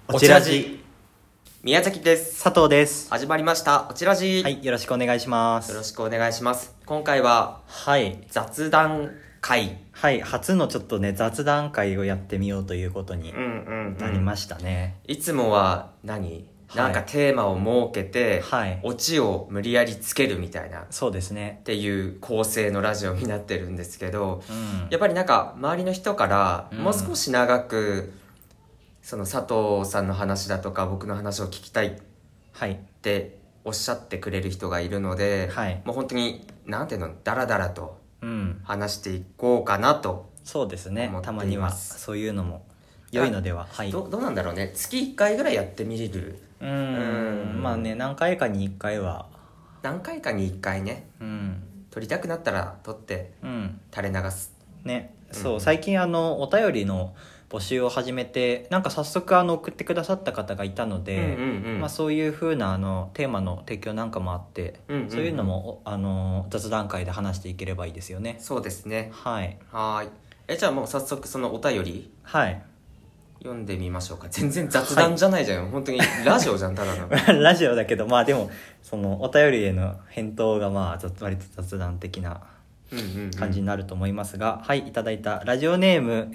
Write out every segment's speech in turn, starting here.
おちらじ宮崎です。 佐藤です。 始まりましたおちらじ。 はい、よろしくお願いします。 よろしくお願いします。今回は雑談会、 はい、初のちょっとね雑談会をやってみようということになりましたね。 いつもはなんかテーマを設けて、オチを無理やりつけるみたいな、 そうですねっていう構成のラジオになってるんですけど、やっぱりなんか周りの人からもう少し長くその佐藤さんの話だとか僕の話を聞きたいっておっしゃってくれる人がいるので、もう本当になんていうの、ダラダラと話していこうかなとそうですね、たまにはそういうのも良いのでは。 どうなんだろうね、月1回ぐらいやってみれる。 まあね、何回かに1回ね、 撮りたくなったら撮って垂れ流すね。そう、最近お便りの募集を始めて、なんか早速送ってくださった方がいたので、そういう風なテーマの提供なんかもあって、そういうのも雑談会で話していければいいですよね。 そうですね。 はい。 じゃあもう早速そのお便り読んでみましょうか。全然雑談じゃないじゃん、本当にラジオじゃん、ただのラジオだけど、でもそのお便りへの返答が割と雑談的な感じになると思いますが、いただいたラジオネーム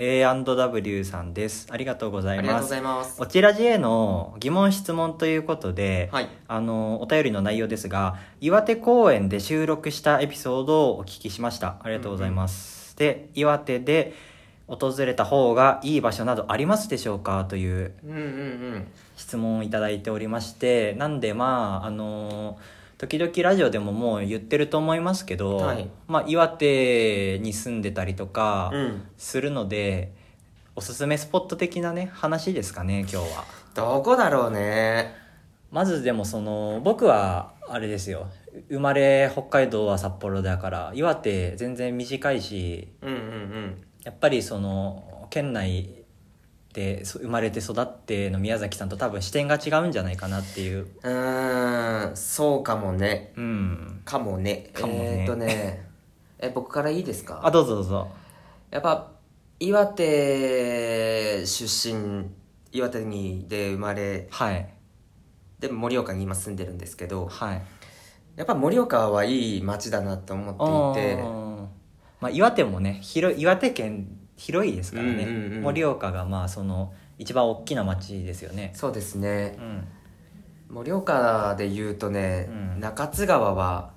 A&W さんです。ありがとうございます。 ありがとうございます。 おちらじへの疑問質問ということで、お便りの内容ですが、岩手公園で収録したエピソードをお聞きしました。ありがとうございます。で、岩手で訪れた方がいい場所などありますでしょうかという質問をいただいておりまして、なんで時々ラジオでももう言ってると思いますけど、岩手に住んでたりとかするので、おすすめスポット的なね話ですかね、今日は。 どこだろうね。 まずでも僕はあれですよ、生まれ北海道は札幌だから、岩手全然短いし、やっぱり県内で生まれて育っての宮崎さんと多分視点が違うんじゃないかなっていう。 そうかもね。かもね。僕からいいですか？ どうぞどうぞ。 やっぱ岩手出身、岩手で生まれ、でも盛岡に今住んでるんですけど、やっぱ盛岡はいい街だなと思っていて、 岩手もね岩手県広いですからね。盛岡が一番大きな町ですよね。 そうですね。盛岡で言うとね、中津川は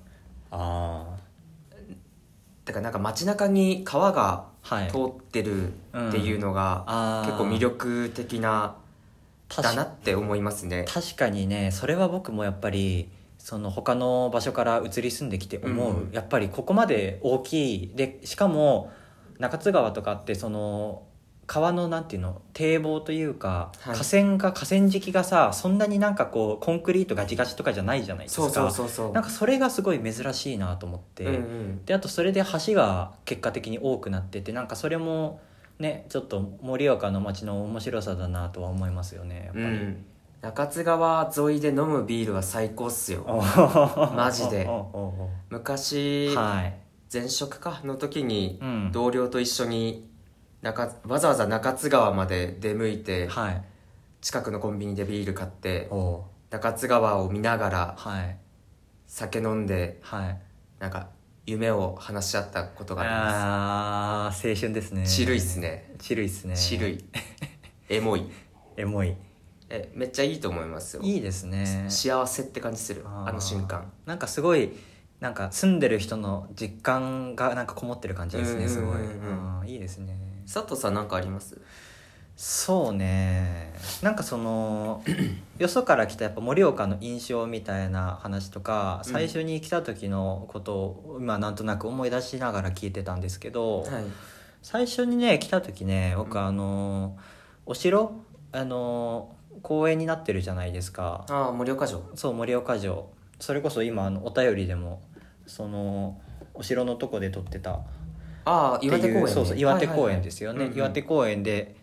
だからなんか街中に川が通ってるっていうのが結構魅力的だなって思いますね。 確かにね、それは僕もやっぱり他の場所から移り住んできて思う、やっぱりここまで大きいで、しかも中津川とかって川のなんていうの、堤防というか、河川敷がそんなになんかコンクリートガチガチとかじゃないじゃないですか。なんかそれがすごい珍しいなと思って、であとそれで橋が結果的に多くなってて、なんかそれもねちょっと盛岡の街の面白さだなとは思いますよね、やっぱり。 中津川沿いで飲むビールは最高っすよマジで。昔、前職の時に同僚と一緒にわざわざ中津川まで出向いて、近くのコンビニでビール買って中津川を見ながら酒飲んで、なんか夢を話し合ったことがあります。 青春ですね。 チルいっすね。 チルいっすね。 チルいエモいめっちゃいいと思いますよ。 いいですね。 幸せって感じする、あの瞬間。 なんかすごい、なんか住んでる人の実感がなんかこもってる感じですね。すごい、いいですね。 佐藤さんなんかあります？ そうね、なんかよそから来たやっぱ盛岡の印象みたいな話とか、最初に来た時のことを今なんとなく思い出しながら聞いてたんですけど、最初にね来た時ね、僕お城公園になってるじゃないですか。 盛岡城。 そう、盛岡城。それこそ今お便りでもお城のとこで撮ってた岩手公園、ね、 そう岩手公園ですよね、岩手公園で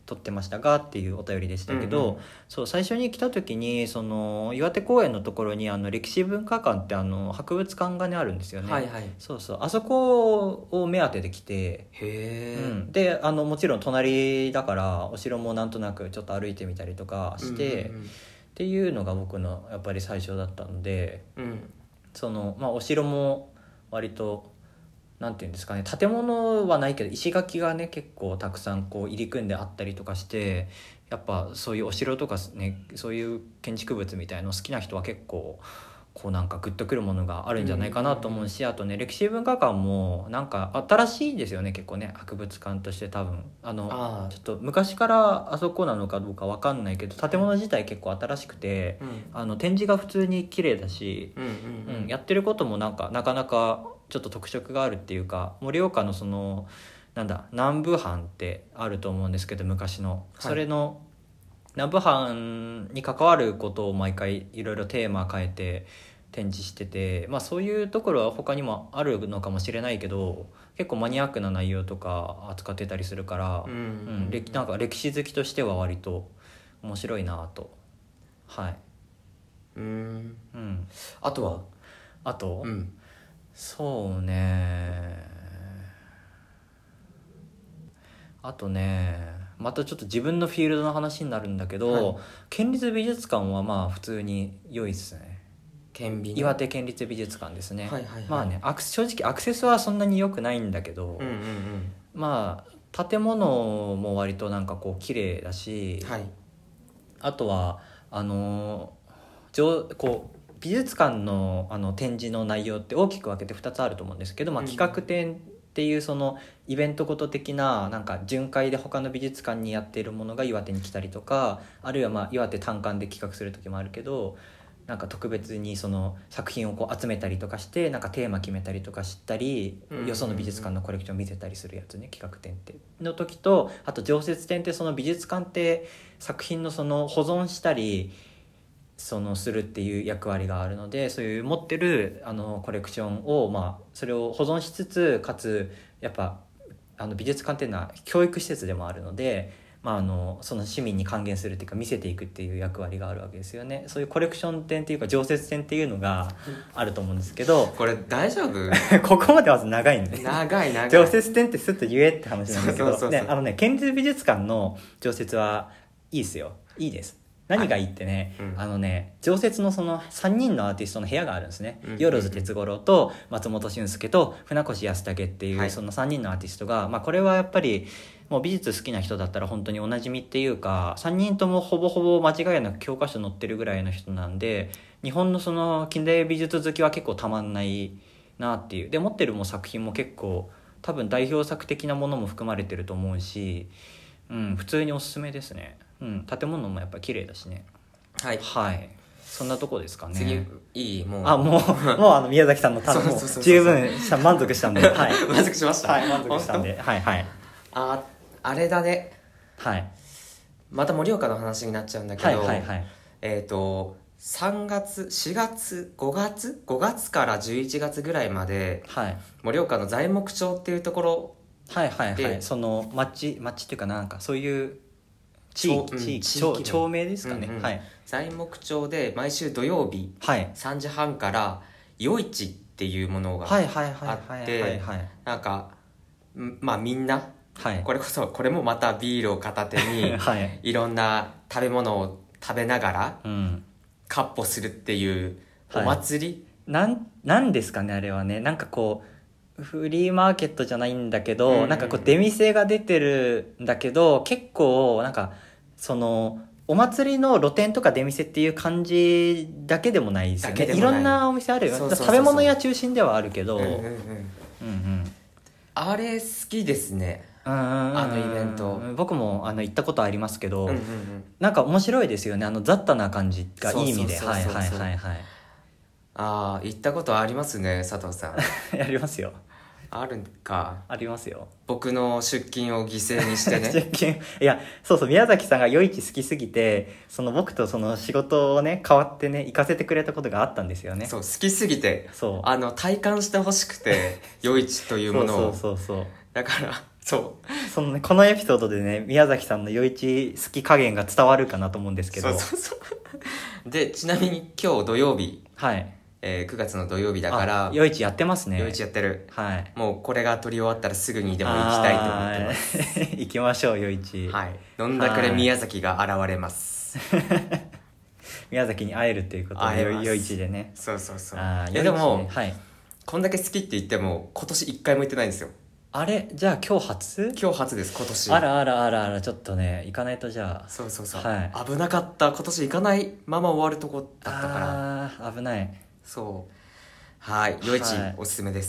撮ってましたがっていうお便りでしたけど、そう最初に来た時にその岩手公園のところに歴史文化館って博物館がねあるんですよね、そうそう、あそこを目当てで来て、でもちろん隣だからお城もなんとなくちょっと歩いてみたりとかして、っていうのが僕のやっぱり最初だったので、そのお城も割となんていうんですかね、建物はないけど石垣がね結構たくさんこう入り組んであったりとかして、やっぱそういうお城とかね、そういう建築物みたいの好きな人は結構こうなんかグッとくるものがあるんじゃないかなと思うし、あとね歴史文化館もなんか新しいですよね結構ね、博物館として多分ちょっと昔からあそこなのかどうか分かんないけど建物自体結構新しくて、展示が普通に綺麗だし、やってることもなかなかちょっと特色があるっていうか、盛岡のその南部藩ってあると思うんですけど昔の、それの南部藩に関わることを毎回いろいろテーマ変えて展示してて、そういうところは他にもあるのかもしれないけど結構マニアックな内容とか扱ってたりするから、なんか歴史好きとしては割と面白いなと。 あとはそうね、あとねまたちょっと自分のフィールドの話になるんだけど、県立美術館は普通に良いですね。岩手県立美術館ですね。正直アクセスはそんなに良くないんだけど、建物も割となんかこう綺麗だし、あとはこう美術館の展示の内容って大きく分けて2つあると思うんですけど、企画展っていうそのイベントごと的ななんか巡回で他の美術館にやっているものが岩手に来たりとか、あるいは岩手単館で企画する時もあるけど、なんか特別にその作品をこう集めたりとかしてなんかテーマ決めたりとかしたり、よその美術館のコレクションを見せたりするやつね、企画展っての時と、あと常設展ってその美術館って作品のその保存したりするっていう役割があるので、そういう持ってるコレクションをそれを保存しつつ、かつやっぱ美術館っていうのは教育施設でもあるので、その市民に還元するっていうか見せていくっていう役割があるわけですよね。そういうコレクション展っていうか常設展っていうのがあると思うんですけどこれ大丈夫ここまでまず長いんで長い常設展ってスッと言えって話なんですけど、県立美術館の常設はいいですよ、いいです。何がいいってね、常設のその3人のアーティストの部屋があるんですね。よろず哲五郎と松本俊介と船越康武っていうその3人のアーティストが、これはやっぱりもう美術好きな人だったら本当におなじみっていうか、3人ともほぼほぼ間違いなく教科書載ってるぐらいの人なんで、日本のその近代美術好きは結構たまんないなっていう。で持ってる作品も結構多分代表作的なものも含まれてると思うし、普通におすすめですね。建物もやっぱ綺麗だしね。そんなとこですかね。 次いいもう宮崎さんの単語十分満足したんで、 満足しました。 満足したんで、 あれだね。また盛岡の話になっちゃうんだけど、3月4月5月から11月ぐらいまで、盛岡の材木町っていうところで、その町っていうかなんかそういう地域町名ですかね。 材木町で毎週土曜日3時半から夜市っていうものがあって、なんかみんなこれもまたビールを片手にいろんな食べ物を食べながらかっ歩するっていうお祭り、 なんですかねあれはね。なんかこうフリーマーケットじゃないんだけど、なんかこう出店が出てるんだけど、結構なんかそのお祭りの露店とか出店っていう感じだけでもないですよね。いろんなお店あるよ。食べ物屋中心ではあるけど、 あれ好きですね。あのイベント僕も行ったことありますけど、なんか面白いですよね。雑多な感じがいい意味で。 行ったことありますね佐藤さん。 ありますよ。 あるか。 ありますよ。 僕の出勤を犠牲にしてね。 出勤、いやそう宮崎さんが夜市好きすぎて、その僕とその仕事をね変わってね行かせてくれたことがあったんですよね。 好きすぎて体感してほしくて夜市というものを。だからそのね、このエピソードでね、宮崎さんの余市好き加減が伝わるかなと思うんですけど。 で、ちなみに今日土曜日。 はい。 9月の土曜日だから。 余市やってますね。 余市やってる。 はい。 もうこれが撮り終わったらすぐにでも行きたいと思ってます。 行きましょう、余市。 はい。飲んだくれ宮崎が現れます。 宮崎に会えるっていうことで、余市でね。 そう。いやでも、 はい。 こんだけ好きって言っても、今年1回も行ってないんですよ。 あれじゃあ今日初です、今年。 あら、ちょっとね、行かないとじゃあ。 そう。 はい。 危なかった。今年行かないまま終わるとこだったから。 危ない。 そう。はい。余市、おすすめです。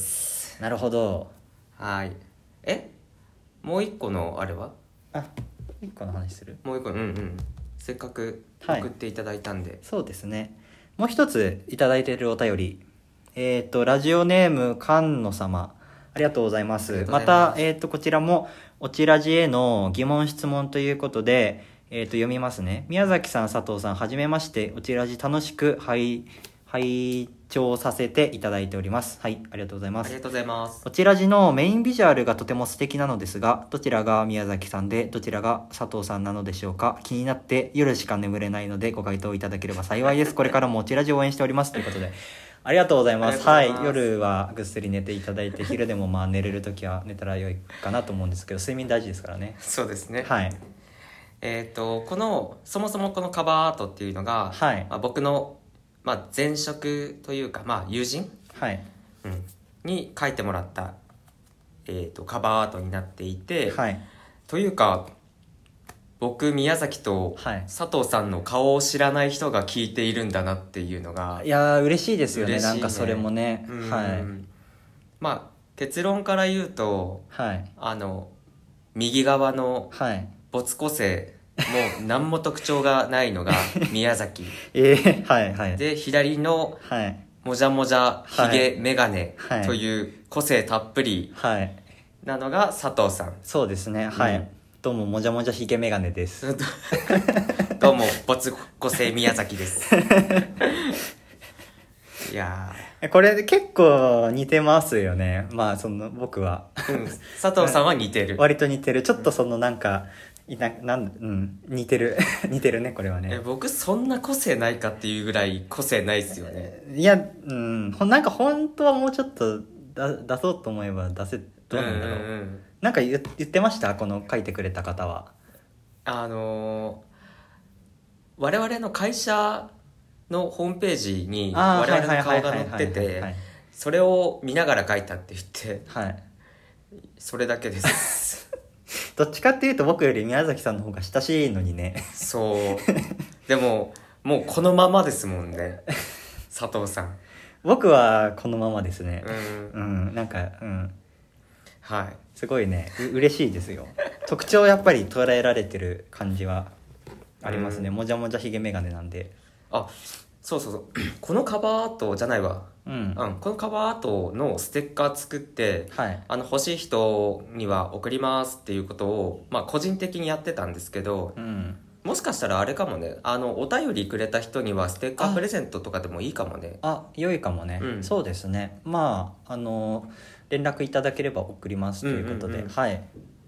なるほど。 はい。もう一個のあれは？ 一個の話する？ もう一個、せっかく送っていただいたんで。 そうですね。もう一ついただいているお便り。ラジオネーム、菅野様。ありがとうございます。また、こちらも、おちらじへの疑問質問ということで、読みますね。宮崎さん、佐藤さん、はじめまして、おちらじ楽しく拝聴させていただいております。はい、ありがとうございます。 ありがとうございます。 おちらじのメインビジュアルがとても素敵なのですが、どちらが宮崎さんで、どちらが佐藤さんなのでしょうか。気になって夜しか眠れないので、ご回答いただければ幸いです。これからもおちらじを応援しております。ということで。ありがとうございます。はい。夜はぐっすり寝ていただいて、昼でもまあ寝れるときは寝たら良いかなと思うんですけど、睡眠大事ですからね。 そうですね。 はい。 そもそもこのカバーアートっていうのが、 はい。 僕の、前職というか、友人、 はい。 に書いてもらった、カバーアートになっていて、 はい。 というか、僕宮崎と佐藤さんの顔を知らない人が聞いているんだなっていうのが、 いやー嬉しいですよね。なんかそれもね。はい。 結論から言うと、 はい。 右側のはい没個性、もう何も特徴がないのが宮崎はい。 で、左のはいもじゃもじゃひげメガネという個性たっぷりはいなのが佐藤さん。 そうですね。はい。どうももじゃもじゃひげメガネです。 どうも没個性宮崎です。いやこれ結構似てますよね。僕は、 佐藤さんは似てる。 割と似てる。ちょっと似てる似てるね、これはね。 僕そんな個性ないかっていうぐらい個性ないっすよね。 いや、なんか本当はもうちょっと出そうと思えば出せ、どうなんだろう。なんか言ってました？この書いてくれた方は。 我々の会社のホームページに我々の顔が載ってて、それを見ながら書いたって言って、 はい、 それだけですどっちかっていうと僕より宮崎さんの方が親しいのにね。 そうでももうこのままですもんね佐藤さん。 僕はこのままですね。なんかはい、 すごいね、嬉しいですよ。特徴やっぱり捉えられてる感じはありますね。もじゃもじゃひげメガネなんで。 そうこのカバーアートじゃないわ、このカバーアートのステッカー作って、欲しい人には送りますっていうことを、個人的にやってたんですけど、もしかしたらあれかもね、お便りくれた人にはステッカープレゼントとかでもいいかもね。 良いかもね、そうですね。連絡いただければ送りますということで、はい。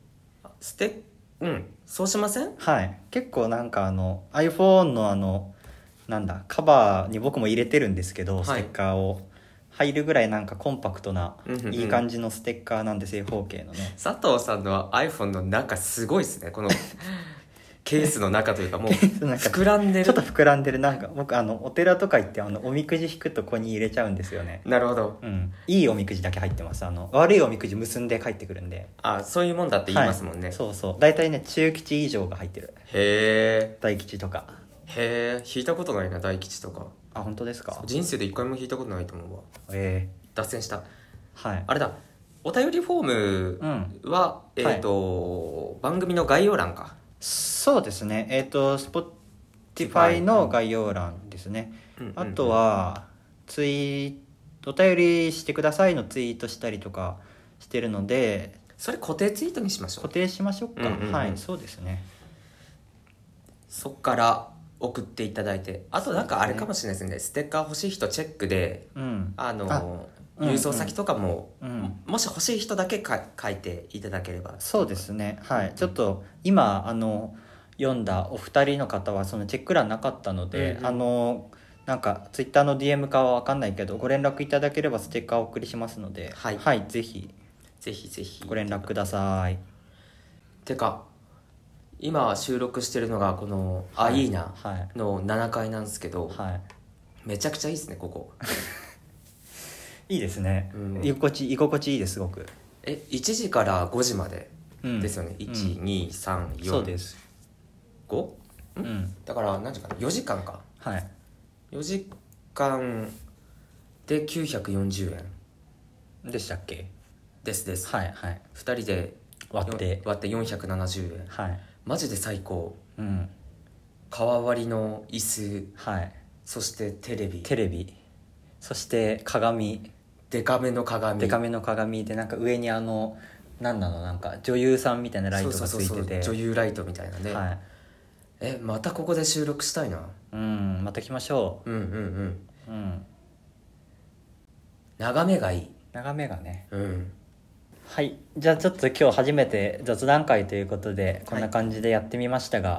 そうしません？ はい。結構なんかiPhone のカバーに僕も入れてるんですけど、ステッカーを入るぐらいなんかコンパクトな、いい感じのステッカーなんで、正方形のね。 佐藤さんの iPhone の中すごいですね。このケースの中というか、もう膨らんでる。 ちょっと膨らんでる。なんか僕お寺とか行っておみくじ引くとここに入れちゃうんですよね。 なるほど。 いいおみくじだけ入ってます。悪いおみくじ結んで帰ってくるんで。 そういうもんだって言いますもんね。 そう大体ね、中吉以上が入ってる。 へえ。 大吉とか。 へえ、弾いたことないな、大吉とか。 本当ですか？ 人生で一回も弾いたことないと思うわ。脱線した。 はい。 あれだ、お便りフォームは、番組の概要欄か。 そうですね。Spotify の概要欄ですね。あとはお便りしてくださいのツイートしたりとかしてるので、 それ固定ツイートにしましょう。 固定しましょうか。はい、そうですね。 そっから送っていただいて、あとなんかあれかもしれないですね、ステッカー欲しい人チェックで、 郵送先とかも、もし欲しい人だけ書いていただければ。 そうですね、はい、ちょっと今読んだお二人の方はそのチェック欄なかったので、なんかツイッターの DM かは分かんないけどご連絡いただければステッカーをお送りしますので、はい、はい、ぜひご連絡ください。 てか今収録してるのがこのアイーナの7階なんですけど、めちゃくちゃいいですねここ。 いいですね、居心地いいですすごく。 1時から5時までですよね、12345、 そうです。 だから何時間4時間か、 はい、 4時間で940円でしたっけ。 です。 はいはい。 2人で割って470円、はい、マジで最高。革割りの椅子、はい、そしてテレビ、 そして鏡、 デカめの鏡で、なんか上になんか女優さんみたいなライトがついてて、 女優ライトみたいなね、はい、またここで収録したいな。 また来ましょう。 眺めがいい。 眺めがね、はい、じゃあちょっと今日初めて雑談会ということでこんな感じでやってみましたが、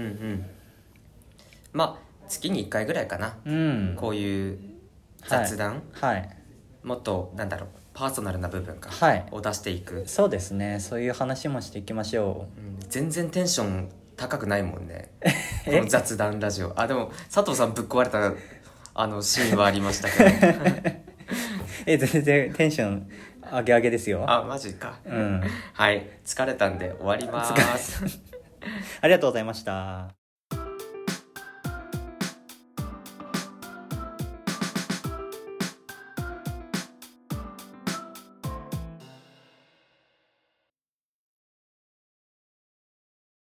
まあ月に1回ぐらいかな、こういう雑談、もっとパーソナルな部分を出していく。 そうですね、そういう話もしていきましょう。全然テンション高くないもんねこの雑談ラジオ。でも佐藤さんぶっ壊れたシーンはありましたけど全然テンション上げ上げですよ。 マジか。はい、疲れたんで終わりますありがとうございました。